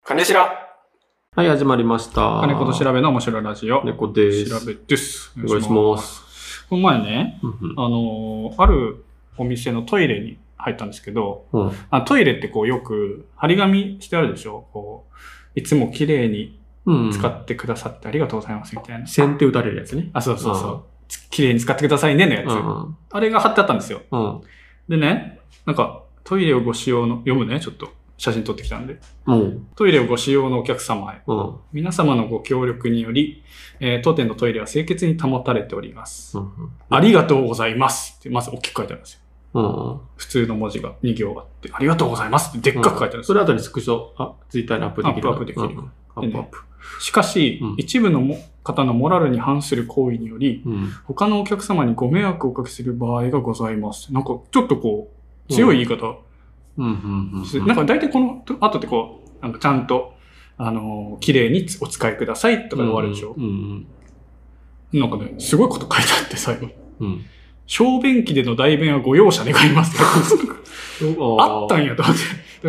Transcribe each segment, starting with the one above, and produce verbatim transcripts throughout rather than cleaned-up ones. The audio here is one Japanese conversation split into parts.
金しら。 はい、始まりました。 金子と調べの面白いラジオ。 猫です。 調べです。 お願いします。 この前ね、うんうん、あの、あるお店のトイレに入ったんですけど、うん、あトイレってこうよく張り紙してあるでしょ、こういつも綺麗に使ってくださってありがとうございますみたいな。 先手打たれるやつね。 あ、そうそうそう。綺麗に使ってくださいねのやつ。うん、あれが貼ってあったんですよ。うん、でね、なんかトイレをご使用の、読むね、ちょっと。写真撮ってきたんで、うん、トイレをご使用のお客様へ、うん、皆様のご協力により、えー、当店のトイレは清潔に保たれております、うんうん、ありがとうございますってまず大きく書いてあるんですよ、うん、普通の文字がに行あってありがとうございますってでっかく書いてあるんですよ、うん、 それ後にスクショあツイッターにアップできるアップアップできる、うん、アップアップしかし、うん、一部のも方のモラルに反する行為により、うん、他のお客様にご迷惑をおかけする場合がございます。なんかちょっとこう強い言い方、うんうんうんうん、なんか大体この後ってこう、なんかちゃんと、あのー、綺麗にお使いくださいとかで終わるでしょ、うんうんうん、なんかね、すごいこと書いてあって最後。うん、小便器での代弁はご容赦願いますあったんやと思って。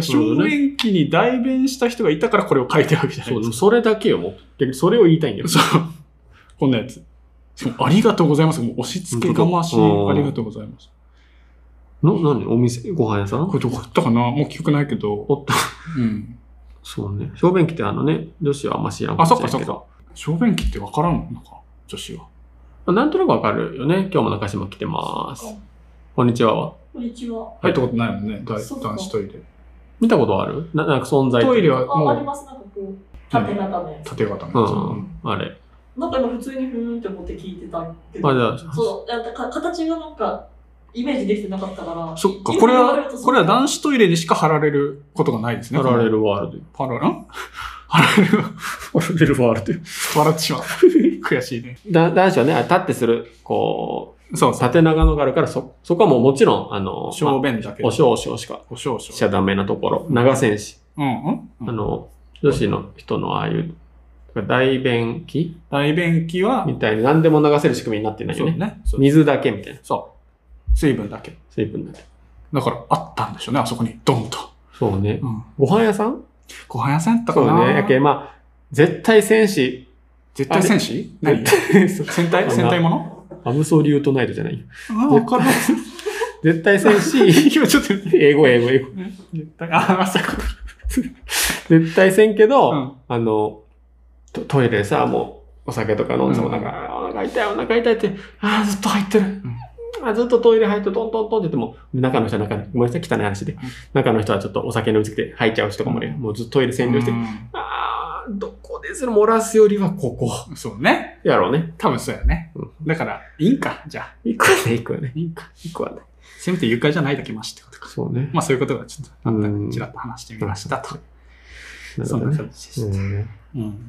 小便器に代弁した人がいたからこれを書いてるわけじゃないですか。 そう、それだけよ、もう。それを言いたいんやろ。 そう。こんなやつ。しかもありがとうございます。もう押し付けがましい。ありがとうございます。 の、何お店ご飯屋さんこれどこ行ったかなもう記憶ないけど。おっと。 うん。そうね。小便器ってあのね、女子はあんま知らんかもしれないけど。あ、そっかそっか。小便器ってわからんのか女子は。 なんとなくわかるよね。今日も中島来てます。こんにちは。 こんにちは。 入ったことないもんね。男子トイレ。 見たことあるな、なんか存在トイレはもう。あ、あります。なんかこう、縦型のやつ。 縦型のやつ。 うん。あれ。 なんか今普通にふーんって思って聞いてたけど。あ、じゃあ。そう。なんか形がなんか、イメージできてなかったから。 そっか、これは、これは男子トイレにしか貼られることがないですね。 貼られるワールド。 貼られる貼られる、 貼られるワールド。 笑ってしまう。悔しいね。 だ男子はね、立ってする、こう、そうそう縦長のがあるから、そ、そこはもうもちろん、あの、 小便だけ、 まあ、お少々しか、 お少々 しちゃダメなところ、長線し。 うん、うん、 あの、女子の人のああいう、大便器大便器は、 みたいに何でも流せる仕組みになってないよね。そうね。水だけみたいな。 そう。水分だけ。 水分だけ。 だから、あったんでしょうね、あそこに、ドンと。 そうね。うん、ご飯屋さんご飯屋さんやったかな。 そうね。やけ、まあ、絶対戦士。 絶対戦士何戦隊戦隊ものアブソリュートナイトじゃないよ。 ああ、わかんない。 絶対戦士。 今ちょっと、 英語、英語、英語。 絶対、ああ、そういうこと。 絶対せんけど、うん、あのト、トイレさ、もう、お酒とか飲んでもなんか、うん、お腹痛い、お腹痛いって、ああ、ずっと入ってる。うんあずっとトイレ入ってトントントンって言っても、中の人は中の、ごめんなさい、汚い話で。中の人はちょっとお酒飲みすぎて吐いちゃう人とかもね、もうずっとトイレ占領して、あー、どこでする漏らすよりはここ。 そうね。 やろうね。 多分そうやね。うん、だから、いいんか、じゃあ。 いくわね、いくわね。 いいんか。 いくわね。 せめて床じゃないだけマシってことか。 そうね。 まあそういうことがちょっと、あったちらっと話してみましたと。 うん、そんな感じでした。うん。うん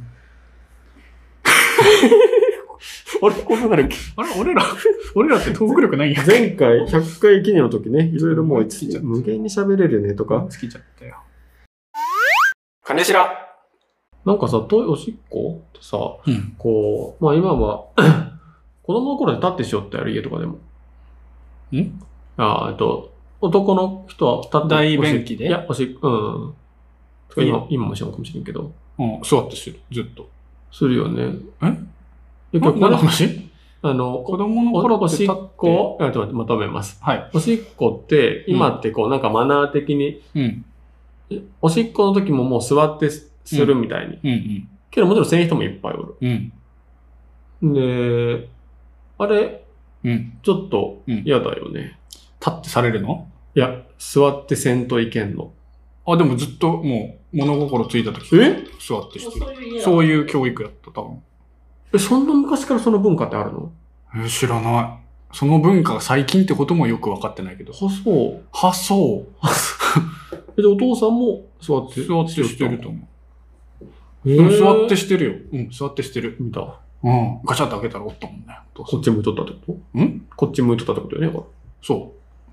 あれこんななるっけあれ俺ら、俺らってトーク力ないんや。 前回ひゃっかい記念の時ね、いろいろもう無限に喋れるねとか。 好きちゃったよ。 金しら。 なんかさ、トイおしっこってさ、うん、こう、まあ今は、子供の頃で立ってしようってやる家とかでも。 んああ、えっと、男の人は立って大便器でいや、おしっこ、うん。今、今もしようかもしれんけど。 うん、座ってする、ずっと。 するよね。 えいや、 この話あの、 子供の頃っておしっこ、ちょっと待って、まとめます。 はい。 おしっこって、今ってこう、なんかマナー的に、うん。おしっこの時ももう座ってするみたいに。うん。うんうんけどもちろんせん人もいっぱいおる。うん。で、あれ、うん。ちょっと嫌だよね。 立ってされるのいや、座ってせんといけんの。 あ、でもずっともう物心ついた時え座ってしてる。そういう教育やった、多分。 え、そんな昔からその文化ってあるの？ え、知らない。その文化が最近ってこともよくわかってないけど。 は、そう。 は、そう。 え、で、お父さんも座って座ってしてると思う。えー、座ってしてるよ。うん、座ってしてる。 見た。 うん。ガチャって開けたらおったもんね。 こっち向いとったってことんこっち向いとったってことよね。 そう。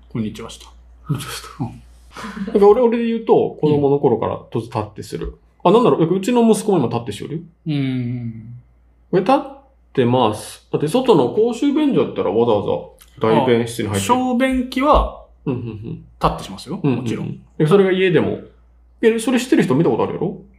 こんにちはした。 こんにちはした。うん。なんか俺、俺で言うと、子供の頃からと立ってする。うん、あ、なんだろう、うちの息子も今立ってしよるよ。 うーん。 これ立ってます。だって外の公衆便所だったらわざわざ大便室に入ってる。 小便器は、 うんうんうん、 立ってしますよ。もちろん。 うんうん、それが家でも。え、それ知ってる人見たことあるやろ？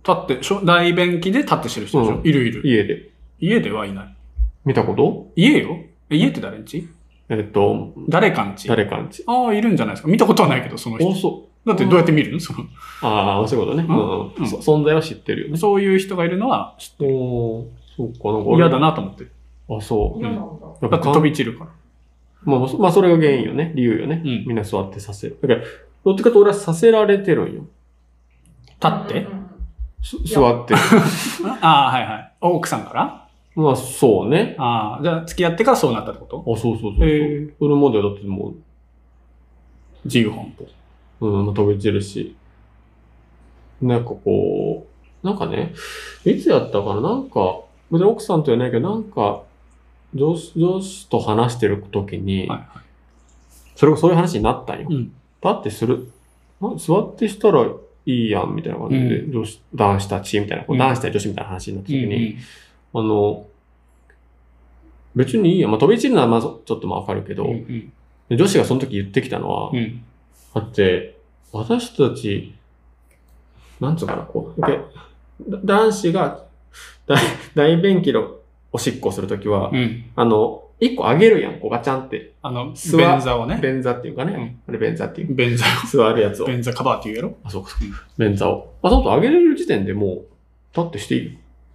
立って、しょ大便器で立ってしてる人でしょ、 うんいるいる。 家で。 家ではいない。 見たこと？ 家よえ家って誰んち？ えっと、 誰かんち？ 誰かんち。 ああ、いるんじゃないですか。見たことはないけど、その人。 あ、そう。 だってどうやって見るのその。 ああ、そういうことね。 うんうんうんそ存在は知ってるよね。 そういう人がいるのは知ってる。 おー、そうか、なんか俺嫌だなと思ってる。 あ、そう。 嫌なんだ。 やっぱだって飛び散るから。 まあ、まあ、それが原因よね。理由よね。 うんみんな座ってさせる。だから、どっちかと俺はさせられてるんよ。 立ってうんうんうんす座ってる。 ああ、はいはい。奥さんからまあ、そうね。 ああ、じゃあ付き合ってからそうなったってことあ、そうそうそうそう。 へーそれまではだっても自由奔放。 う、うん、まあ飛び散るし。なんかこう、なんかね、いつやったかななんか、別に奥さんとはないけど、なんか、上司、上司と話してる時に、 はいはい。 それがそういう話になったんよ。 うん。 だってする、ま座ってしたらいいやん、みたいな感じで、 う女子、男子たち、みたいな、こううん男子対女子みたいな話になった時に、 うんあの、別にいいや。まあ、飛び散るのはまずちょっとまあわかるけど、 うんうんで女子がその時言ってきたのは、 うん。 だって、私たち、なんつうかな、こう、でだ男子が大大便器のおしっこするときは、 うん。 あの、一個あげるやん、こうガチャンって。 あの、 座便座をね。 便座っていうかね。あれ便座っていう。 便座座るやつを。 を。 便座カバーって言うやろあ、そうかそうか。便座を。あ、そうとあげれる時点でもう、立ってしていいよ。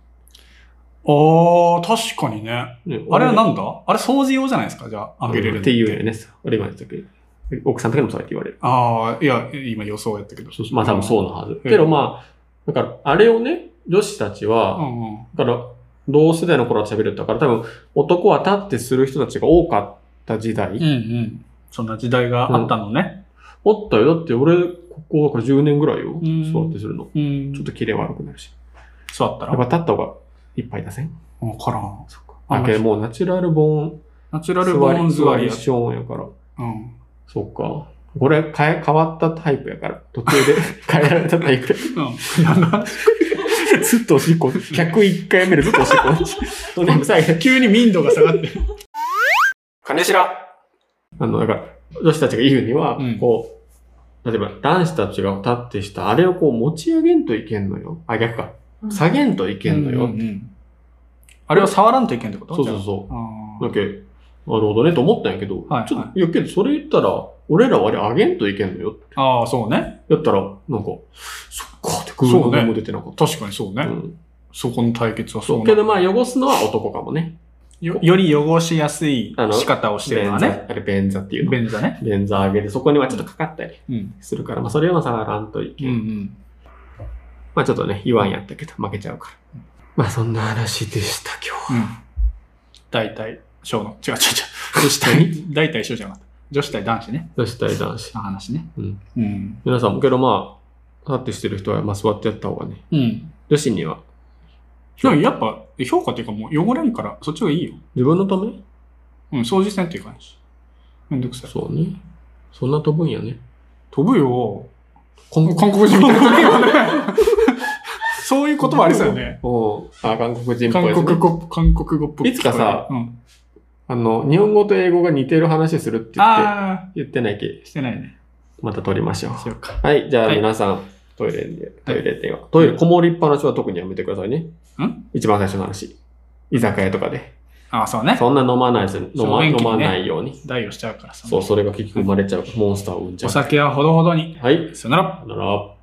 ああ、確かにね。 ねあれはなんだあれ掃除用じゃないですかじゃあ、あげれるのっていうよね。俺今言ったけど。奥さんとかにもそうやって言われる。 ああ、いや、今予想やったけど。 そうそうまあ多分そうなはず。 うんけどまあ、だから、あれをね、女子たちは、 うんうん。 だから、同世代の頃は喋るったから、多分、男は立ってする人たちが多かった時代。 うんうん。そんな時代があったのね。 おったよ。だって俺、ここだからじゅうねんぐらいよ。 ん座ってするの。 うん。 ちょっとキレ悪くなるし。 座ったらやっぱ立った方がいっぱい出せんわからん。 そっか。 あだけどもうナチュラルボーン、 ナチュラルボーン座りや。 座りショーンやから。 うん。 そっか。これ変え、変わったタイプやから。途中で変えられたタイプ。 うん。やな。 ずっとおしっこ。ひゃくいっかいめでずっとおしっこ。そんで最後急に民度が下がって。 金白。 あの、だから、女子たちが言うには、 うんこう、例えば男子たちが立ってした、あれをこう持ち上げんといけんのよ。あ、逆か。下げんといけんのよ。 うんうんうんあれを触らんといけんってことそうそうそう。 う。 だけ、なるほどねと思ったんやけど、 はいはいちょっと、いやけどそれ言ったら、俺らはあれ上げんといけんのよってああ、そうね。 やったら、なんか、そっかって空そうね洞も出てなかった。 確かにそうね。 うん。 そこの対決はそそうう。 なけどまあ汚すのは男かもね。 よより汚しやすい仕方をしてるのは便座ね。 あれ便座っていうの。 便座ね。 便座上げて、そこにはちょっとかかったりうん。 するから、まあそれは触らんといけ。 うんうんん。 まあちょっとね、言わんやったけど、負けちゃうから。まあそんな話でした、今日は。 うん。大体、小の。違う違う違う。女子対、大体小じゃなかった。女子対男子ね。 女子対男子。 の話ね。 うん。 うん。 皆さんも、けどまあ、立ってしてる人は、まあ座ってやった方がね、 うん。 女子には、 でもやっぱ、評価っていうかもう汚れんから、そっちがいいよ。 自分のためうん、掃除せんっていう感じ。めんどくさい。 そうね。そんな飛ぶんやね。 飛ぶよ。 韓韓国人みたいな時はね。そういう言葉ありそうよね。 おうあ、韓国人っぽい韓ですね。 国語、韓国語っぽいつかさうん。 あの、日本語と英語が似てる話するって言って、 あ言ってないけ、 あ、してないね。 また撮りましょう。 しようか。 はい、じゃあはい皆さん、トイレで、トイレでは、トイレ、こもりっぱなしは特にやめてくださいね。 ん一番最初の話。居酒屋とかで。 ああ、そうね。 そんな飲まないです、飲ま、飲小便器にねまないように。 代をしちゃうからさ。 そう、それが結局生まれちゃう。モンスターを生んじゃう。 お酒はほどほどに。 はい。 さよなら。 さよなら。